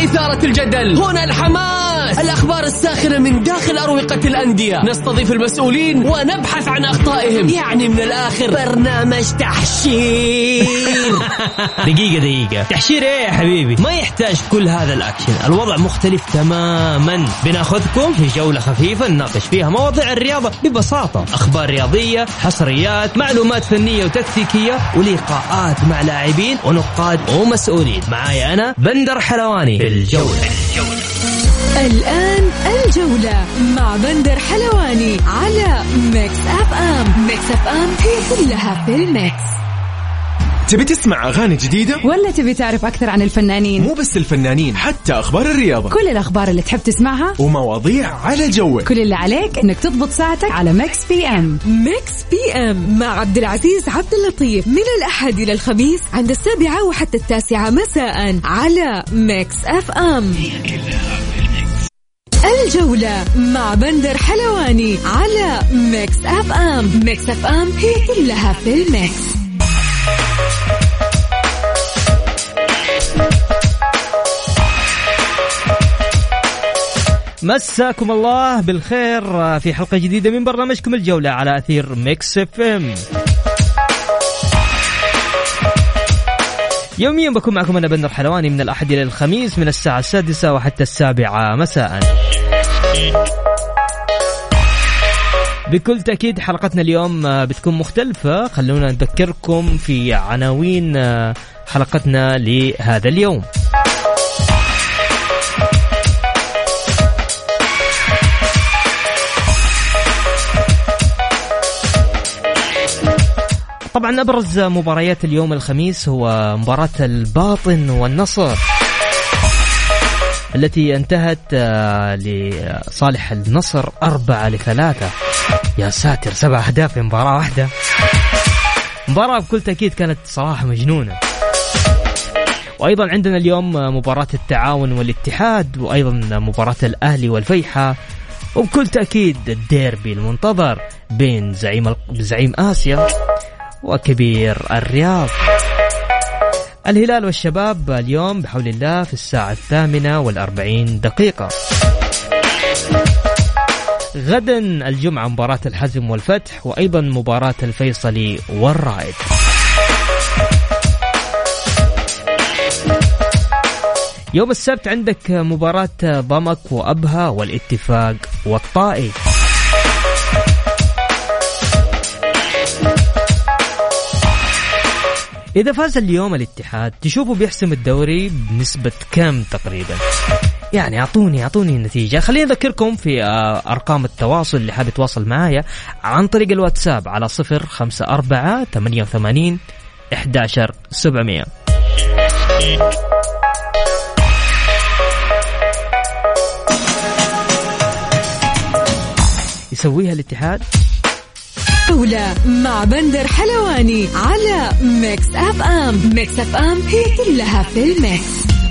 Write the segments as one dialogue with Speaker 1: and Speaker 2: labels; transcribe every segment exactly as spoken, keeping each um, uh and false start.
Speaker 1: إثارة الجدل، هنا الحماس، الأخبار الساخنة من داخل أروقة الأندية، نستضيف المسؤولين ونبحث عن أخطائهم، يعني من الآخر برنامج تحشير.
Speaker 2: دقيقة دقيقة، تحشير إيه يا حبيبي؟ ما يحتاج كل هذا الأكشن، الوضع مختلف تماما. بناخذكم في جولة خفيفة نناقش فيها مواضيع الرياضة ببساطة، أخبار رياضية، حصريات، معلومات فنية وتكتيكية، ولقاءات مع لاعبين ونقاد ومسؤولين. معايا أنا بندر حلواني في الجولة.
Speaker 3: الآن الجولة مع بندر حلواني على ميكس أف أم. ميكس أف أم هي كلها في الميكس.
Speaker 4: تبي تسمع أغاني جديدة؟
Speaker 3: ولا تبي تعرف أكثر عن الفنانين؟
Speaker 4: مو بس الفنانين، حتى أخبار الرياضة،
Speaker 3: كل الأخبار اللي تحب تسمعها
Speaker 4: ومواضيع على جوك.
Speaker 3: كل اللي عليك إنك تضبط ساعتك على ميكس بي أم. ميكس بي أم مع عبد العزيز عبد اللطيف من الأحد إلى الخميس عند السابعة وحتى التاسعة مساء على ميكس أف أم. الجولة مع بندر حلواني على ميكس أف أم. ميكس أف أم هي كلها في الميكس.
Speaker 2: مساكم الله بالخير في حلقة جديدة من برنامجكم الجولة على أثير ميكس اف ام. يوميا بكون معكم أنا بندر حلواني من الأحد إلى الخميس من الساعة السادسة وحتى السابعة مساء. بكل تأكيد حلقتنا اليوم بتكون مختلفة. خلونا نذكركم في عناوين حلقتنا لهذا اليوم. طبعا أبرز مباريات اليوم الخميس هو مباراة الباطن والنصر التي انتهت لصالح النصر أربعة لثلاثة. يا ساتر، سبع أهداف في مباراة واحدة. مباراة بكل تأكيد كانت صراحة مجنونة. وأيضا عندنا اليوم مباراة التعاون والاتحاد، وأيضا مباراة الأهلي والفيحة، وبكل تأكيد الديربي المنتظر بين زعيم زعيم آسيا وكبير الرياض. الهلال والشباب اليوم بحول الله في الساعة الثامنة والأربعين دقيقة. غدا الجمعة مباراة الحزم والفتح، وأيضا مباراة الفيصلي والرائد. يوم السبت عندك مباراة ضمك وأبها والاتفاق والطائي. إذا فاز اليوم الاتحاد تشوفوا بيحسم الدوري بنسبة كم تقريبا؟ يعني أعطوني أعطوني النتيجة. خليني أذكركم في أرقام التواصل اللي حاب يتواصل معايا عن طريق الواتساب على صفر خمسة أربعة ثمانية وثمانين أحد عشر سبعمية. يسويها الاتحاد.
Speaker 3: جولة مع بندر حلواني على ميكس أف أم. ميكس أف أم هي كلها في الميكس.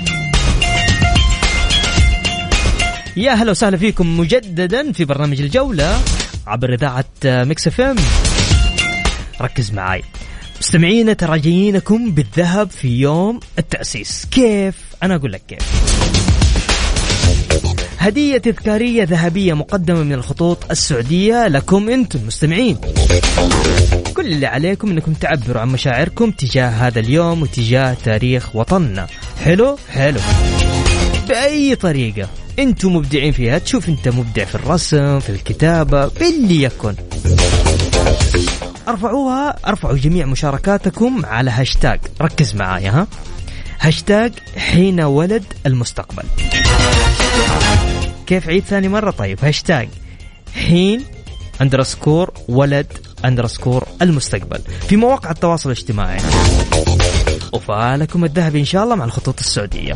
Speaker 2: يا هلا وسهلا فيكم مجددا في برنامج الجولة عبر إذاعة ميكس أف أم. ركز معاي مستمعين، تراجعينكم بالذهب في يوم التأسيس. كيف؟ أنا أقول لك كيف. هدية تذكارية ذهبية مقدمة من الخطوط السعودية لكم أنتم مستمعين. كل اللي عليكم أنكم تعبروا عن مشاعركم تجاه هذا اليوم وتجاه تاريخ وطننا. حلو حلو بأي طريقة أنتم مبدعين فيها. تشوف أنت مبدع في الرسم، في الكتابة، باللي يكن. ارفعوها ارفعوا جميع مشاركاتكم على هاشتاج. ركز معايا ها، هاشتاج حين ولد المستقبل. كيف عيد ثاني مرة؟ طيب هاشتاج حين اندرسكور ولد اندرسكور المستقبل في مواقع التواصل الاجتماعي. وفالكم الذهب إن شاء الله مع الخطوط السعودية.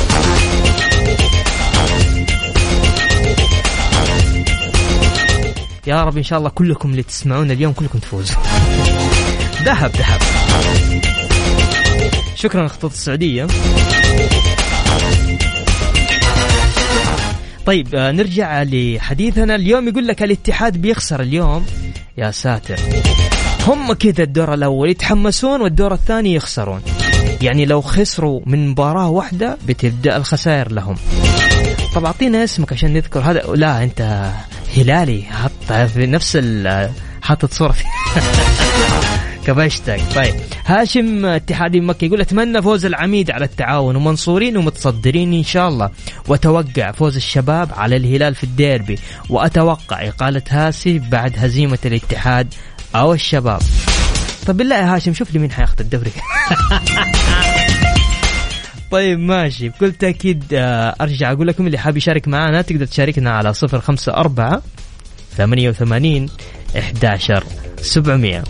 Speaker 2: يا رب إن شاء الله كلكم اللي تسمعون اليوم كلكم تفوزوا. ذهب ذهب. شكرا للخطوط السعودية. طيب آه نرجع لحديثنا اليوم. يقول لك الاتحاد بيخسر اليوم. يا ساتر، هم كذا الدور الأول يتحمسون والدور الثاني يخسرون. يعني لو خسروا من مباراة واحدة بتبدأ الخسائر لهم. طب أعطينا اسمك عشان نذكر هذا. لا أنت هلالي، حط في نفس حاطط صورتي كبشتك. طيب هاشم اتحادي مكة يقول أتمنى فوز العميد على التعاون ومنصورين ومتصدرين إن شاء الله، وأتوقع فوز الشباب على الهلال في الديربي، وأتوقع إقالة هاسي بعد هزيمة الاتحاد أو الشباب. طب بالله يا هاشم شوف لي مين حياخد الدوري. طيب ماشي، بكل تأكيد أرجع أقول لكم اللي حاب يشارك معنا تقدر تشاركنا على صفر خمسة أربعة ثمانية وثمانين إحدى عشر سبعمية.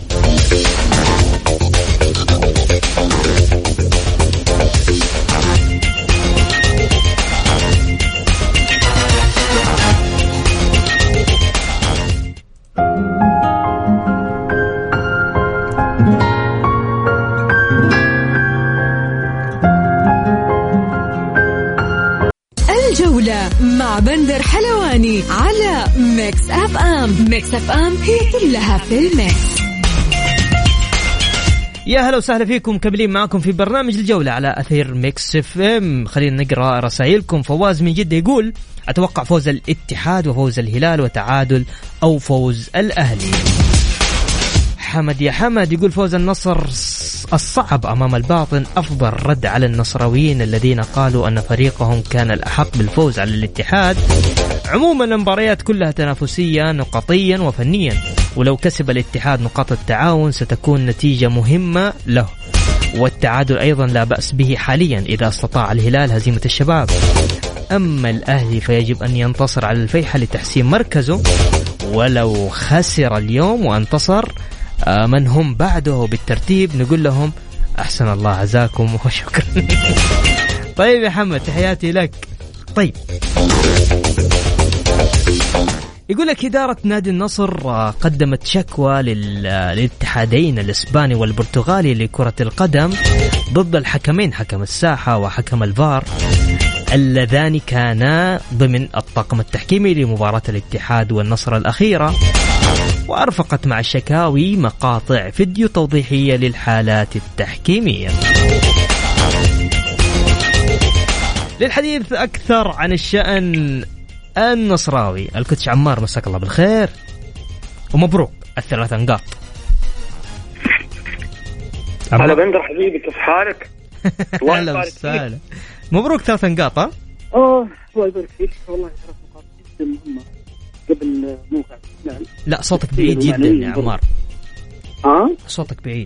Speaker 3: الجولة مع بندر حلواني على ميكس أف أم. ميكس أف أم هي كلها في الميكس.
Speaker 2: يا هلا وسهلا فيكم، كملين معكم في برنامج الجولة على أثير ميكس اف ام. خلينا نقرأ رسائلكم. فواز من جدة يقول أتوقع فوز الاتحاد وفوز الهلال وتعادل أو فوز الأهلي. حمد يا حمد يقول فوز النصر الصعب أمام الباطن أفضل رد على النصراويين الذين قالوا أن فريقهم كان الأحق بالفوز على الاتحاد. عموما المباريات كلها تنافسية نقطيا وفنيا، ولو كسب الاتحاد نقاط التعاون ستكون نتيجة مهمة له، والتعادل أيضا لا بأس به حاليا إذا استطاع الهلال هزيمة الشباب. أما الأهلي فيجب أن ينتصر على الفيحة لتحسين مركزه، ولو خسر اليوم وانتصر من هم بعده بالترتيب نقول لهم أحسن الله عزاكم وشكرا. طيب يا حمد تحياتي لك. طيب يقول لك إدارة نادي النصر قدمت شكوى للاتحادين الإسباني والبرتغالي لكرة القدم ضد الحكمين، حكم الساحة وحكم الفار، اللذان كانا ضمن الطاقم التحكيمي لمباراة الاتحاد والنصر الأخيرة، وأرفقت مع الشكاوي مقاطع فيديو توضيحية للحالات التحكيمية. للحديث أكثر عن الشأن النصراوي الكوتش عمار مساك الله بالخير ومبروك الثلاث نقاط.
Speaker 5: هلا بندر حبيبي كيف حالك؟
Speaker 2: هلا وسهلا، مبروك ثلاث نقاط. ها
Speaker 5: اه الله يبارك فيك، والله ثلاث نقاط جدا مهمة قبل موقع الهلال.
Speaker 2: لا صوتك بعيد جدا يا عمار.
Speaker 5: اه
Speaker 2: صوتك بعيد.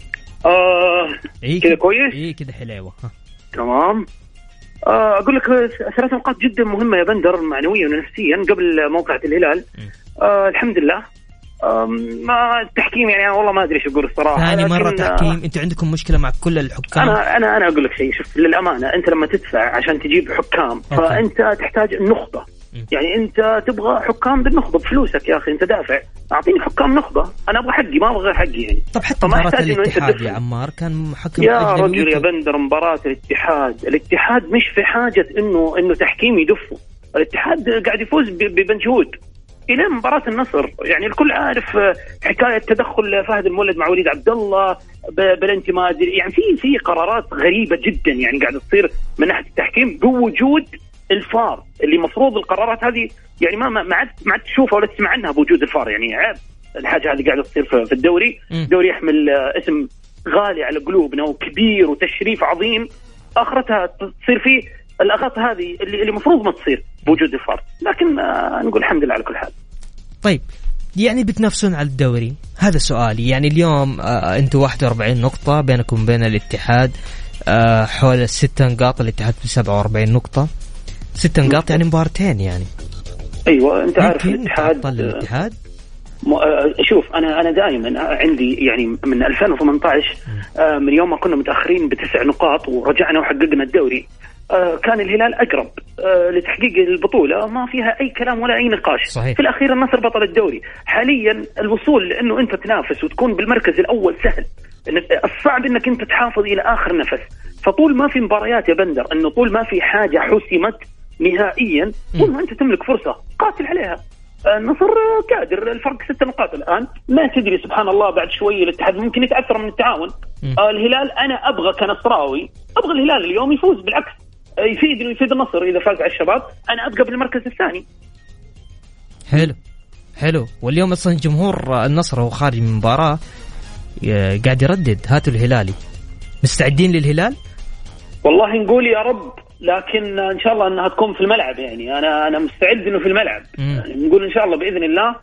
Speaker 5: اه
Speaker 2: إيه
Speaker 5: كذا كويس؟
Speaker 2: ايه كذا حلاوة.
Speaker 5: تمام. آه أقول لك ثلاث نقاط جدا مهمة يا بندر معنويا ونفسيا قبل موقعة الهلال. آه الحمد لله. آه ما التحكيم يعني أنا والله ما أدري إيش أقول الصراحة.
Speaker 2: ثاني مرة تحكيم. أنتوا عندكم مشكلة مع كل الحكام.
Speaker 5: أنا أنا أنا أقول لك شيء، شوف للأمانة أنت لما تدفع عشان تجيب حكام أوكي. فأنت تحتاج النخبة. يعني أنت تبغى حكام بالنخبة بفلوسك يا أخي، أنت دافع أعطيني حكام نخبة، أنا أبغى حقي ما أبغى غير حقي يعني.
Speaker 2: طب حتى مباراة الاتحاد يا عمار كان حكم
Speaker 5: يا رجل يا بندر، مباراة الاتحاد الاتحاد مش في حاجة إنه إنه تحكيم يدفه، الاتحاد قاعد يفوز بمجهود إلى مباراة النصر. يعني الكل عارف حكاية تدخل فهد المولد مع وليد عبد الله بلنتي ما أدري، يعني في في قرارات غريبة جدا يعني قاعدة تصير من ناحية التحكيم بوجود الفار، اللي مفروض القرارات هذه يعني ما ما عاد ما عاد تشوفها ولا تسمع عنها بوجود الفار. يعني عيب الحاجة هذه قاعدة تصير في الدوري. الدوري يحمل اسم غالي على قلوبنا وكبير وتشريف عظيم، آخرتها تصير فيه الأغلاط هذه اللي اللي مفروض ما تصير بوجود الفار، لكن نقول الحمد لله على كل حال.
Speaker 2: طيب يعني بتنافسون على الدوري، هذا سؤالي. يعني اليوم آه انتوا واحد وأربعين نقطة بينكم وبين الاتحاد، آه حول الستة نقاط، الاتحاد بسبعة وأربعين نقطة، ستة نقاط يعني مبارتين يعني.
Speaker 5: ايوه انت عارف الاتحاد
Speaker 2: الاتحاد
Speaker 5: شوف انا انا دائما عندي يعني من ألفين وثمانية عشر آه من يوم ما كنا متاخرين بتسع نقاط ورجعنا وحققنا الدوري، آه كان الهلال اقرب آه لتحقيق البطوله، ما فيها اي كلام ولا اي نقاش.
Speaker 2: صحيح.
Speaker 5: في الاخير النصر بطل الدوري. حاليا الوصول لانه انت تنافس وتكون بالمركز الاول سهل، الصعب انك انت تحافظ الى اخر نفس. فطول ما في مباريات يا بندر، انه طول ما في حاجه حسمت نهائيا، طول ما انت تملك فرصه قاتل عليها. النصر قادر، الفرق ست نقاط الآن، ما تدري سبحان الله بعد شوي الاتحاد ممكن يتأثر من التعاون. آه الهلال أنا أبغى كنصراوي أبغى الهلال اليوم يفوز، بالعكس يفيد يفيد النصر إذا فاز على الشباب، أنا أبقى بالمركز الثاني.
Speaker 2: حلو حلو. واليوم أصلا جمهور النصر هو خارج من مباراة قاعد يردد هاتوا الهلالي، مستعدين للهلال؟
Speaker 5: والله نقول يا رب، لكن ان شاء الله انها تكون في الملعب. يعني انا انا مستعد انه في الملعب. يعني نقول ان شاء الله باذن الله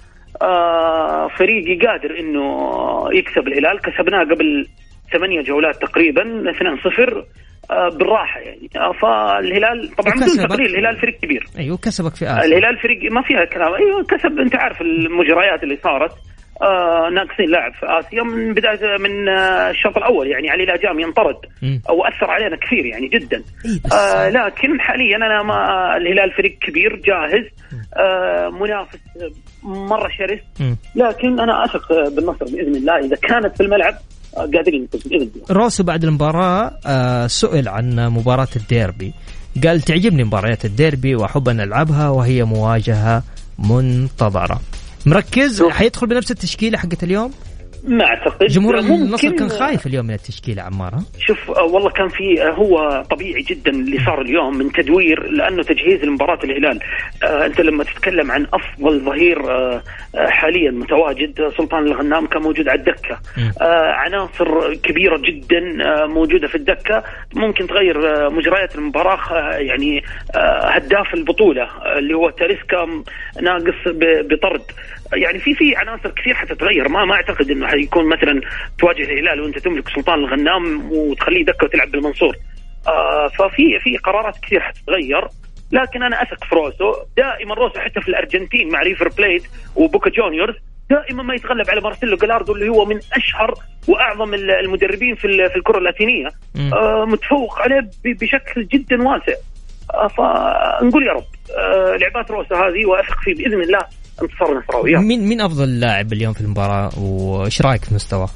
Speaker 5: آه فريقي قادر انه يكسب الهلال. كسبناه قبل ثمانية جولات تقريبا اثنين صفر آه بالراحه يعني. آه فالهلال طبعا بدون تقليل الهلال فريق كبير.
Speaker 2: ايوه كسبك في آسيا.
Speaker 5: الهلال فريق ما فيها كلام. ايوه كسب، انت عارف المجريات اللي صارت. آه ناقصين لاعب في آسيا من بداية من آه الشوط الأول، يعني علي لاجام ينطرد أو أثر علينا كثير يعني جدا. آه لكن حاليا أنا ما الهلال فريق كبير جاهز، آه منافس مرة شرس، لكن أنا أثق بالنصر بإذن الله إذا كانت في الملعب قادرين نفوز بإذن الله.
Speaker 2: روسو بعد المباراة آه سئل عن مباراة الديربي، قال تعجبني مباريات الديربي وأحب أن ألعبها وهي مواجهة منتظرة. مركز حيدخل بنفس التشكيلة حقت اليوم؟
Speaker 5: ما أعتقد.
Speaker 2: جمهور النصر كان خايف اليوم من التشكيلة عمار.
Speaker 5: شوف والله كان في هو طبيعي جدا اللي صار اليوم من تدوير، لأنه تجهيز المباراة الهلال. آه أنت لما تتكلم عن أفضل ظهير آه حاليا متواجد، سلطان الغنام كان موجود على الدكة. آه عناصر كبيرة جدا آه موجودة في الدكة، ممكن تغير آه مجريات المباراة. آه يعني آه هداف البطولة آه اللي هو تاريسكا ناقص بطرد، يعني في في عناصر كثير حتتغير. ما ما أعتقد إنه حيكون مثلا تواجه الهلال وأنت تملك سلطان الغنام وتخليه دكة وتلعب بالمنصور. آه ففي في قرارات كثير حتتغير، لكن أنا أثق في روسو. دائما روسو حتى في الأرجنتين مع ريفر بليت وبوكا جونيورز دائما ما يتغلب على مارسيلو جالاردو اللي هو من أشهر وأعظم المدربين في في الكرة اللاتينية. آه متفوق عليه بشكل جدا واسع. آه فنقول يا رب آه لعبات روسو هذه وأثق فيه بإذن الله انتصار نصراوي.
Speaker 2: مين مين أفضل لاعب اليوم في المباراة وإيش رأيك في مستواه؟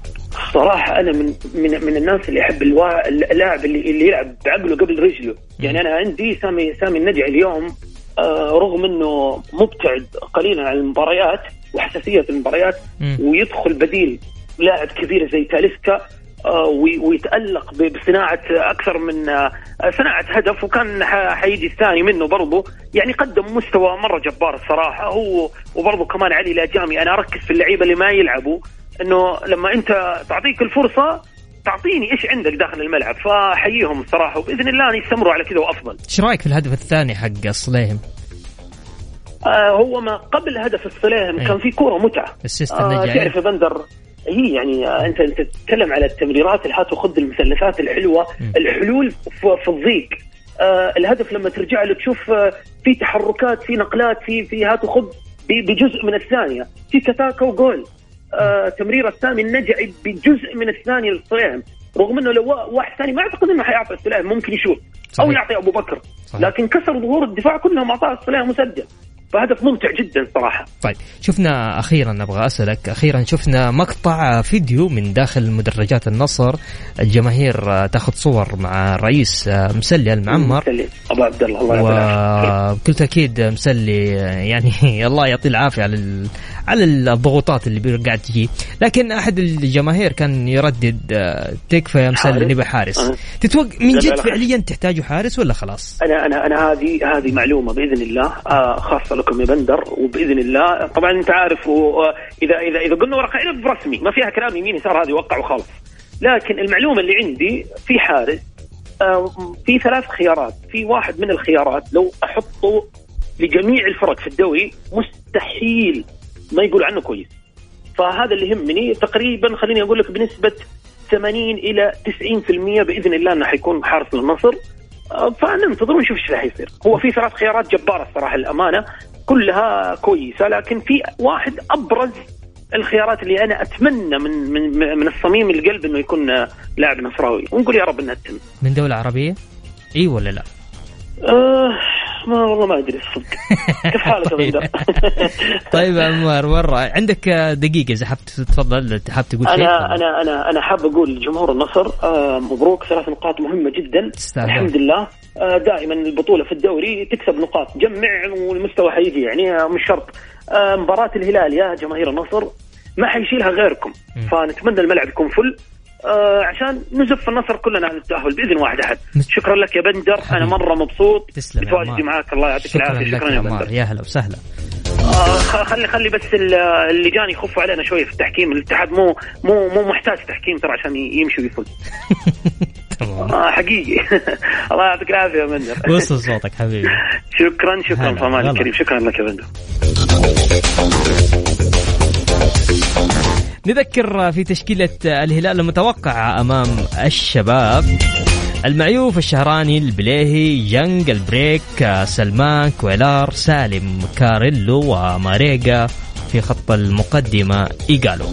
Speaker 5: صراحة أنا من من من الناس اللي يحب الوا... اللاعب اللي اللي يلعب بعقله قبل رجله. يعني أنا عندي سامي سامي النجعي اليوم آه رغم إنه مبتعد قليلا عن المباريات وحساسية المباريات، ويدخل بديل لاعب كبير زي تاليسكا آه ويتألق بصناعة أكثر من آه صناعة هدف، وكان حيجي الثاني منه برضو. يعني قدم مستوى مرة جبار الصراحة هو، وبرضو كمان علي لاجامي. أنا أركز في اللعيبة اللي ما يلعبوا، إنه لما أنت تعطيك الفرصة تعطيني إيش عندك داخل الملعب، فحييهم الصراحة وبإذن الله يستمروا على كذا وأفضل.
Speaker 2: إيش رأيك في الهدف الثاني حق الصليهم؟
Speaker 5: آه هو ما قبل هدف الصليهم كان في كورة متعة. آه تعرف يا بندر هي يعني آه انت انت تتكلم على التمريرات اللي هتاخذ المثلثات الحلوه، م. الحلول في الضيق. آه الهدف لما ترجع له تشوف آه في تحركات، في نقلات، في في هتاخذ بجزء من الثانيه، في كتاكا وجول. آه تمرير الثاني النجعي بجزء من الثانيه للصليهم، رغم انه لو واحد ثاني ما اعتقد انه حيعطي الصليهم، ممكن يشوف صحيح. او يعطي ابو بكر صحيح. لكن كسر ظهور الدفاع كلهم اعطاه الصليهم مسجل، فهدف ممتع جدا صراحة.
Speaker 2: طيب شفنا أخيرا، نبغى أسألك أخيرا، شفنا مقطع فيديو من داخل مدرجات النصر، الجماهير تأخذ صور مع الرئيس مسلي المعمر
Speaker 5: مسلي أبو عبد الله، الله يعطيه العافية.
Speaker 2: وبكل تأكيد مسلي يعني الله يعطيه العافية على ال... على الضغوطات اللي قاعد تجي، لكن أحد الجماهير كان يردد تكفى يا مسلي نبي حارس. أه. تتوقع من جد فعليا تحتاجوا حارس ولا خلاص؟
Speaker 5: أنا أنا أنا هذه هذه معلومة بإذن الله آه خاصة لكم يا بندر، وبإذن الله طبعا أنت عارف، إذا إذا إذا قلنا ورقة عنب رسمي ما فيها كلام يمين يسار، هذه وقع وخلاص. لكن المعلومة اللي عندي في حارس آه في ثلاث خيارات، في واحد من الخيارات لو أحطه لجميع الفرق في الدوري مستحيل ما يقول عنه كويس. فهذا اللي يهمني تقريبا، خليني أقول لك بنسبة ثمانين إلى تسعين بالمئة بإذن الله أنه حيكون حارس للنصر. فننتظر ونشوف ايش راح يصير. هو في ثلاث خيارات جبارة الصراحة الأمانة، كلها كويسة، لكن في واحد أبرز الخيارات اللي أنا أتمنى من من من الصميم القلب إنه يكون لاعب نصراوي، ونقول يا رب إنها تتم.
Speaker 2: من دولة عربية؟ إيه ولا لا؟
Speaker 5: آه ما والله ما أدري الصدق. كيف حالك يا بندر؟
Speaker 2: طيب عمار، مرة عندك دقيقة إذا حابب تتفضل، حابب تقول شيء؟
Speaker 5: أنا أنا أنا أنا حاب أقول لجمهور النصر آه مبروك، ثلاث نقاط مهمة جدا.
Speaker 2: تستاهل.
Speaker 5: الحمد لله دائما البطولة في الدوري تكسب نقاط، جمع والمستوى حيجي، يعني مش شرط. مباراة الهلال يا جماهير النصر ما حيشيلها غيركم، فنتمنى الملعب يكون فل آه عشان نزف النصر كلنا على التأهل بإذن واحد أحد. شكرا لك يا بندر، أنا مرة مبسوط بتواجدي معاك، الله يعطيك العافية.
Speaker 2: شكرا, شكرا يا بندر، يا هلا وسهلا.
Speaker 5: آه خلي خلي بس اللجان يخفوا علينا شوية في التحكيم، الاتحاد مو مو مو محتاج تحكيم ترى عشان يمشي ويفوز. آه حقيقي. الله يعطيك العافية يا بندر.
Speaker 2: وصل صوتك حبيبي.
Speaker 5: شكرا شكرا فمان الكريم، شكرا لك يا بندر.
Speaker 2: نذكر في تشكيلة الهلال المتوقعة أمام الشباب: المعيوف، الشهراني، البليهي، جنج، البريك، سلمان، كويلار، سالم، كاريلو وماريجا. في خط المقدمة إيغالو.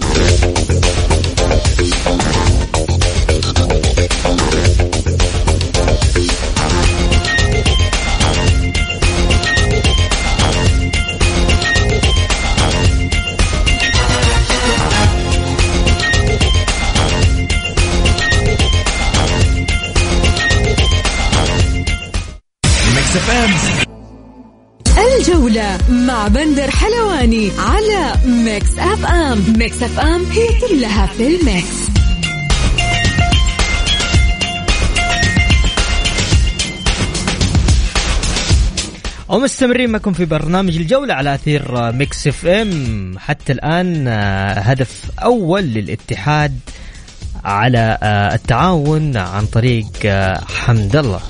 Speaker 3: الجولة مع بندر حلواني على ميكس أف أم. ميكس أف أم هي كلها في الميكس.
Speaker 2: ومستمرين معكم في برنامج الجولة على أثير ميكس أف أم. حتى الآن هدف أول للاتحاد على التعاون عن طريق حمد الله.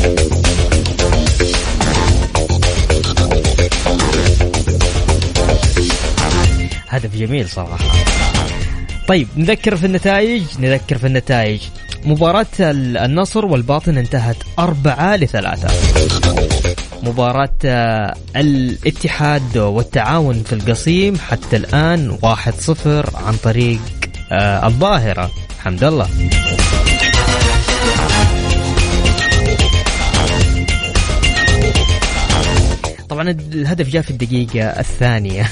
Speaker 2: هدف جميل صراحة. طيب نذكر في النتائج نذكر في النتائج مباراة النصر والباطن انتهت أربعة لثلاثة. مباراة الاتحاد والتعاون في القصيم حتى الآن واحد صفر عن طريق الظاهرة حمد الله. طبعا الهدف جاء في الدقيقة الثانية.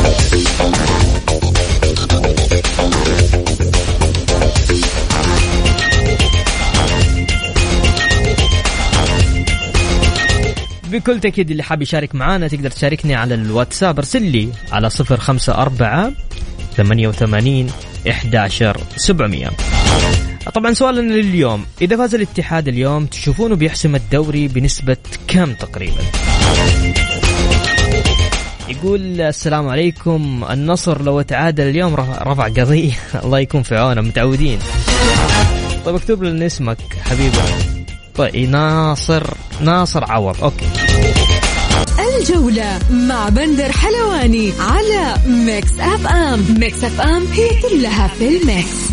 Speaker 2: بكل تأكيد اللي حاب يشارك معانا تقدر تشاركني على الواتساب، ارسل لي على صفر خمسة أربعة ثمانية وثمانين أحد عشر سبعمية. طبعا سؤالنا لليوم: إذا فاز الاتحاد اليوم تشوفونه بيحسم الدوري بنسبة كم تقريبا؟ يقول السلام عليكم، النصر لو تعادل اليوم رفع قضية. الله يكون في عونه، متعودين. طيب اكتب لنا اسمك حبيبي. طيب ناصر ناصر عوض. اوكي.
Speaker 3: الجولة مع بندر حلواني على ميكس أف أم. ميكس أف أم هي كلها في الميكس.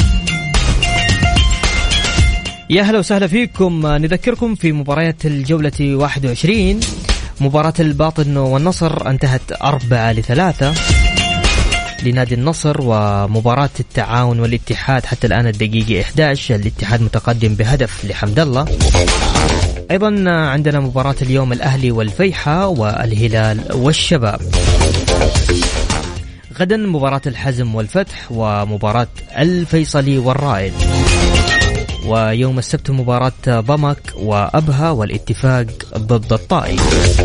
Speaker 2: يا هلا وسهلا فيكم. نذكركم في مباريات الجولة واحد وعشرين. مباراة الباطن والنصر انتهت أربعة لثلاثة لنادي النصر، ومباراة التعاون والاتحاد حتى الآن الدقيقة إحدى عشر الاتحاد متقدم بهدف لحمد الله. أيضا عندنا مباراة اليوم الأهلي والفيحة والهلال والشباب. غدا مباراة الحزم والفتح ومباراة الفيصلي والرائد. ويوم السبت مباراة ضمك وأبها والاتفاق ضد الطائي.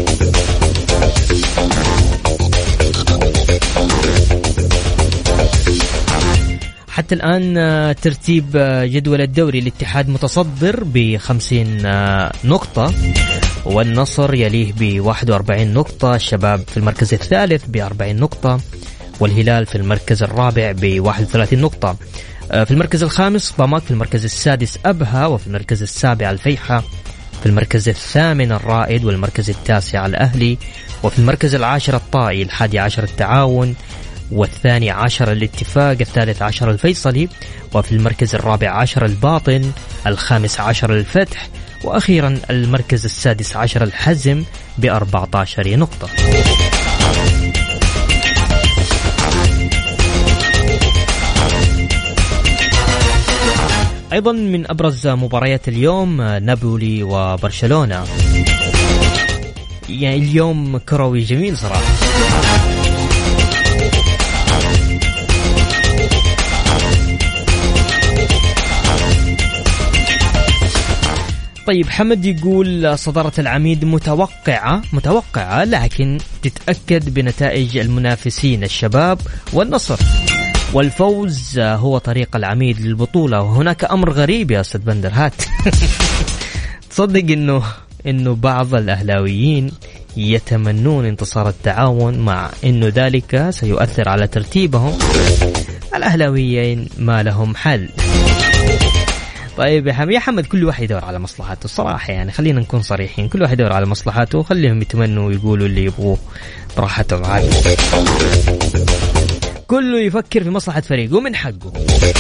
Speaker 2: حتى الآن ترتيب جدول الدوري: الاتحاد متصدر بخمسين نقطة، والنصر يليه بواحد وأربعين نقطة، الشباب في المركز الثالث بأربعين نقطة، والهلال في المركز الرابع بواحد وثلاثين نقطة. في المركز الخامس ضمك، في المركز السادس أبها، وفي المركز السابع الفيحة، في المركز الثامن الرائد، والمركز التاسع الأهلي، وفي المركز العاشر الطائي، الحادي عشر التعاون، والثاني عشر الاتفاق، الثالث عشر الفيصلي، وفي المركز الرابع عشر الباطن، الخامس عشر الفتح، وأخيرا المركز السادس عشر الحزم بأربعة عشر نقطة. أيضا من أبرز مباريات اليوم نابولي وبرشلونة. يعني اليوم كروي جميل صراحة. طيب حمد يقول صدارة العميد متوقعة متوقعة لكن تتأكد بنتائج المنافسين الشباب والنصر، والفوز هو طريق العميد للبطولة. وهناك أمر غريب يا أستاذ بندر، هات تصدق إنه إنه بعض الأهلاويين يتمنون انتصار التعاون مع إنه ذلك سيؤثر على ترتيبهم. الأهلاويين ما لهم حل. طيب يا حمد كل واحد يدور على مصلحته الصراحة، يعني خلينا نكون صريحين، كل واحد يدور على مصلحته وخليهم يتمنوا ويقولوا اللي يبغوه براحتهم عادي. كله يفكر في مصلحة فريقه ومن حقه.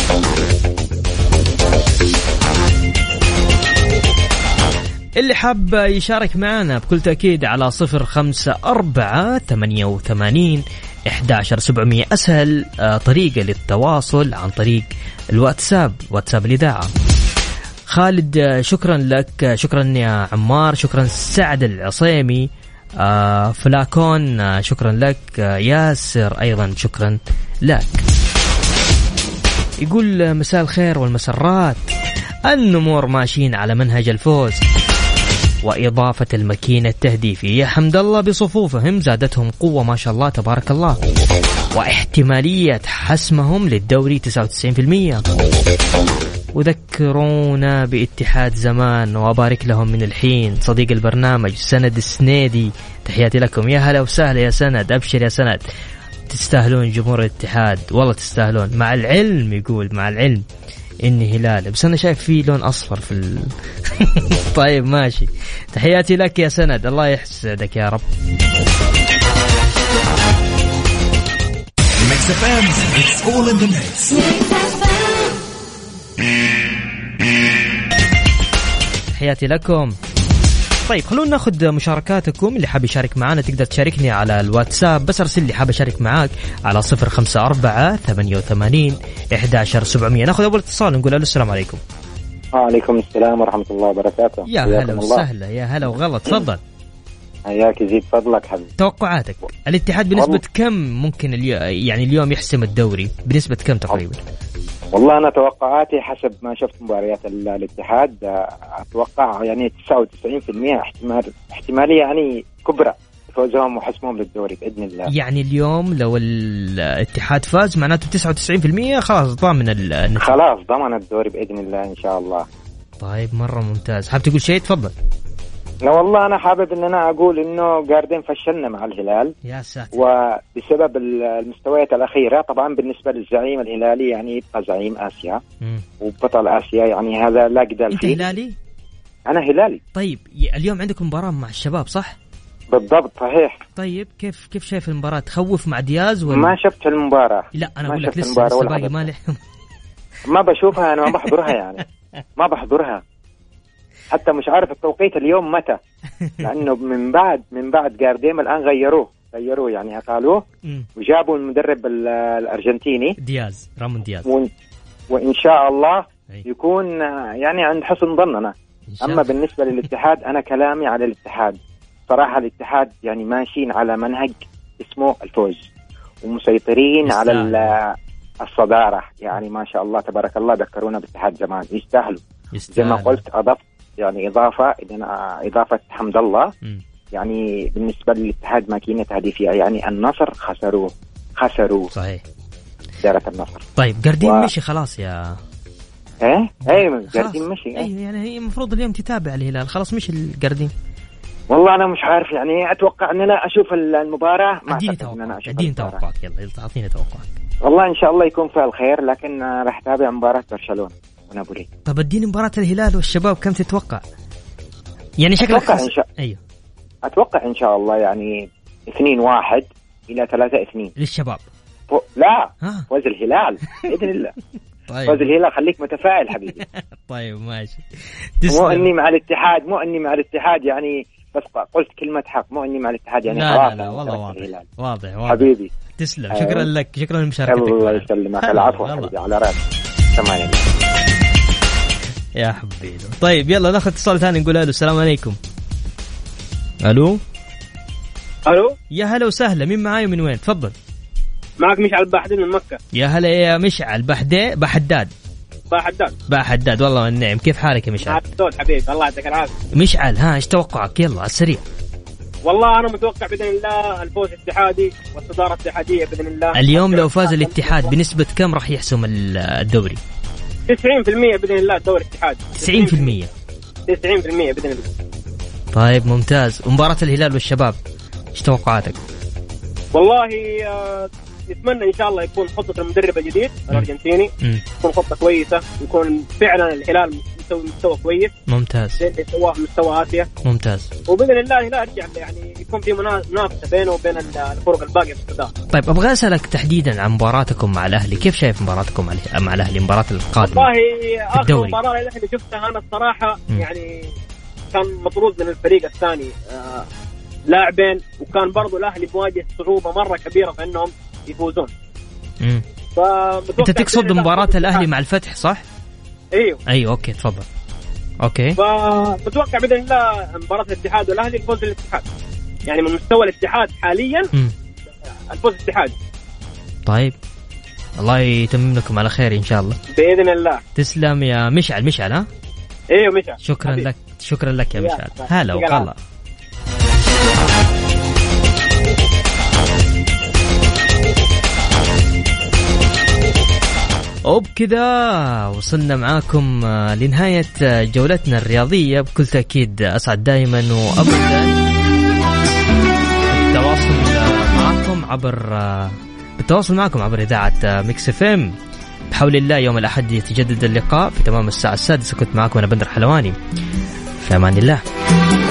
Speaker 2: اللي حاب يشارك معنا بكل تأكيد على صفر خمسة أربعة ثمانية وثمانين إحدى عشر سبعمية. أسهل طريقة للتواصل عن طريق الواتساب، واتساب الإذاعة. خالد شكرا لك، شكرا يا عمار، شكرا سعد العصيمي، آه فلاكون آه شكرا لك، آه ياسر أيضا شكرا لك. يقول مساء الخير والمسرات، النمور ماشيين على منهج الفوز وإضافة الماكينة التهديفية حمد الله بصفوفهم زادتهم قوة ما شاء الله تبارك الله، واحتمالية حسمهم للدوري تسعة وتسعين بالمئة. وذكرونا باتحاد زمان وأبارك لهم من الحين. صديق البرنامج سند السنيدي، تحياتي لكم. يا هلا وسهلا يا سند، أبشر يا سند، تستاهلون جمهور الاتحاد والله تستاهلون. مع العلم يقول مع العلم إني هلال بس أنا شايف فيه لون أصفر في ال... طيب ماشي، تحياتي لك يا سند، الله يحسدك يا رب. تحياتي لكم. طيب خلونا ناخذ مشاركاتكم، اللي حاب يشارك معنا تقدر تشاركني على الواتساب، بس ارسل لي حاب أشارك معاك على صفر خمسة أربعة ثمانية وثمانين إحدى عشر سبعمية. ناخذ أول اتصال نقول له السلام عليكم.
Speaker 6: وعليكم السلام ورحمة الله وبركاته.
Speaker 2: يا هلا وسهلا، يا هلا وغلط، تفضل.
Speaker 6: حياك يزيد فضلك حبيبي.
Speaker 2: توقعاتك الاتحاد بنسبة والله. كم ممكن اليو... يعني اليوم يحسم الدوري بنسبة كم تقريبا؟
Speaker 6: والله أنا توقعاتي حسب ما شفت مباريات الاتحاد أتوقع يعني تسعة وتسعين بالمئة احتمال احتمالية يعني كبرى فوزهم وحسمهم للدوري بإذن الله.
Speaker 2: يعني اليوم لو الاتحاد فاز معناته تسعة وتسعين بالمئة خلاص ضامن النتيجة.
Speaker 6: خلاص ضمن الدوري بإذن الله إن شاء الله.
Speaker 2: طيب مرة ممتاز. حاب تقول شيء؟ تفضل.
Speaker 6: لا والله أنا حابب إن أنا أقول إنه جاردين فشلنا مع الهلال.
Speaker 2: يا ساتر.
Speaker 6: وبسبب المستويات الأخيرة طبعا بالنسبة للزعيم الهلالي يعني يبقى زعيم آسيا مم. وبطل آسيا، يعني هذا لا جدال فيه.
Speaker 2: أنت هلالي؟
Speaker 6: أنا هلالي.
Speaker 2: طيب اليوم عندكم مباراة مع الشباب صح؟
Speaker 6: بالضبط صحيح.
Speaker 2: طيب كيف كيف شايف المباراة؟ تخوف مع دياز ولا؟
Speaker 6: ما شفت المباراة.
Speaker 2: لا أنا أقول لك لسه لسه باقي ما لح.
Speaker 6: ما بشوفها أنا، ما بحضرها يعني ما بحضرها حتى مش عارف التوقيت اليوم متى، لأنه من بعد من بعد جارديم الآن غيروه غيروه يعني أقالوه وجابوا المدرب الأرجنتيني
Speaker 2: دياز رامون دياز،
Speaker 6: وإن شاء الله يكون يعني عند حسن ظننا. أما بالنسبة للاتحاد أنا كلامي على الاتحاد صراحة، الاتحاد يعني ماشيين على منهج اسمه الفوز ومسيطرين يستاهل. على الصدارة يعني ما شاء الله تبارك الله. ذكرونا بالاتحاد زمان، يستاهلوا زي ما قلت. أضفت يعني إضافة إضافة حمد الله م. يعني بالنسبة للاتحاد ماكينة تهديفية، يعني النصر خسروه خسروه
Speaker 2: صحيح
Speaker 6: دارة النصر.
Speaker 2: طيب جاردين و... مشي خلاص يا
Speaker 6: ايه ايه جاردين مشي
Speaker 2: ايه يعني هي المفروض اليوم تتابع الهلال خلاص مش الجاردين.
Speaker 6: والله أنا مش عارف يعني أتوقع أن أنا أشوف المباراة.
Speaker 2: اديني توقعك اديني توقعك يلا تعطيني توقعك.
Speaker 6: والله إن شاء الله يكون فيها الخير، لكن راح أتابع مباراة برشلونة ونابولي.
Speaker 2: طب اديني مباراة الهلال والشباب كم تتوقع؟ يعني شكلك
Speaker 6: أتوقع خس... إن شاء...
Speaker 2: أيوه
Speaker 6: أتوقع إن شاء الله يعني اثنين واحد إلى ثلاثة اثنين
Speaker 2: للشباب.
Speaker 6: ف... لا ها. فوز الهلال بإذن الله.
Speaker 2: طيب.
Speaker 6: فوز الهلال، خليك متفائل حبيبي.
Speaker 2: طيب ماشي.
Speaker 6: مو إني مع الاتحاد مو إني مع الاتحاد يعني بس قلت كلمة حق، مو إني مع الاتحاد يعني
Speaker 2: لا لا, لا والله واضح. واضح واضح
Speaker 6: حبيبي.
Speaker 2: تسلم شكرا لك، شكرا لمشاركتك.
Speaker 6: الله يسلمك. العفو حبيبي على راسي. تمام
Speaker 2: يا حبيبي. طيب يلا ناخذ اتصال ثاني نقول الو السلام عليكم. الو
Speaker 7: الو
Speaker 2: يا هلا وسهلا، مين معاي ومن وين؟ تفضل.
Speaker 7: معك مشعل بحداد من مكة.
Speaker 2: يا هلا يا مشعل بحداد بحداد
Speaker 7: با حداد.
Speaker 2: با حداد والله والنعم. كيف حالك يا مشعل؟
Speaker 7: عبدول حبيبي الله يعطيك العافية.
Speaker 2: مشعل ها ايش توقعك يلا على السريع؟
Speaker 7: والله أنا متوقع بإذن الله الفوز الاتحادي والصدارة الاتحادية بإذن الله.
Speaker 2: اليوم لو فاز الاتحاد بنسبة كم راح يحسم الدوري؟
Speaker 7: تسعين بالمئة بإذن الله الدوري الاتحادي.
Speaker 2: تسعين بالمئة
Speaker 7: تسعين بالمئة بإذن الله.
Speaker 2: طيب ممتاز. ومباراة الهلال والشباب ايش توقعاتك؟
Speaker 7: والله نتمنى ان شاء الله يكون خطة المدرب الجديد الارجنتيني تكون خطة كويسة ويكون فعلا الهلال مستوى مستوى كويس.
Speaker 2: ممتاز.
Speaker 7: زي مستوى مستوى اسيا.
Speaker 2: ممتاز.
Speaker 7: وباذن الله الهلال يرجع يعني يكون في منافسة بينه وبين الفرق الباقية في الصدارة.
Speaker 2: طيب ابغى اسالك تحديدا عن مباراتكم مع الاهلي، كيف شايف مباراتكم مع الاهلي المباراة القادمة؟
Speaker 7: والله اخر مباراة الاهلي شفتها انا الصراحة م. يعني كان مطرود من الفريق الثاني آه لاعبين، وكان برضو الأهلي بواجه صعوبة مرة كبيرة في أنهم يفوزون.
Speaker 2: امم أنت تقصد مباراة الأهلي مع الفتح صح؟
Speaker 7: أيوه
Speaker 2: أيوه أوكي تفضل. أوكي.
Speaker 7: فمتوقع بإذن الله مباراة الاتحاد والأهلي الفوز الاتحاد، يعني من مستوى الاتحاد حاليا مم. الفوز الاتحاد.
Speaker 2: طيب الله يتمم لكم على خير إن شاء الله
Speaker 7: بإذن الله.
Speaker 2: تسلم يا مشعل. مشعل ها؟
Speaker 7: أيوه مشعل.
Speaker 2: شكرا حبيب. لك شكرا لك يا مشعل. هلا وغلا. وبكذا وصلنا معاكم لنهاية جولتنا الرياضية. بكل تأكيد أسعد دائما وأبدا بالتواصل معكم عبر بالتواصل معكم عبر إذاعة ميكس اف ام. بحول الله يوم الأحد يتجدد اللقاء في تمام الساعة السادسة. كنت معكم أنا بندر حلواني، في أمان الله.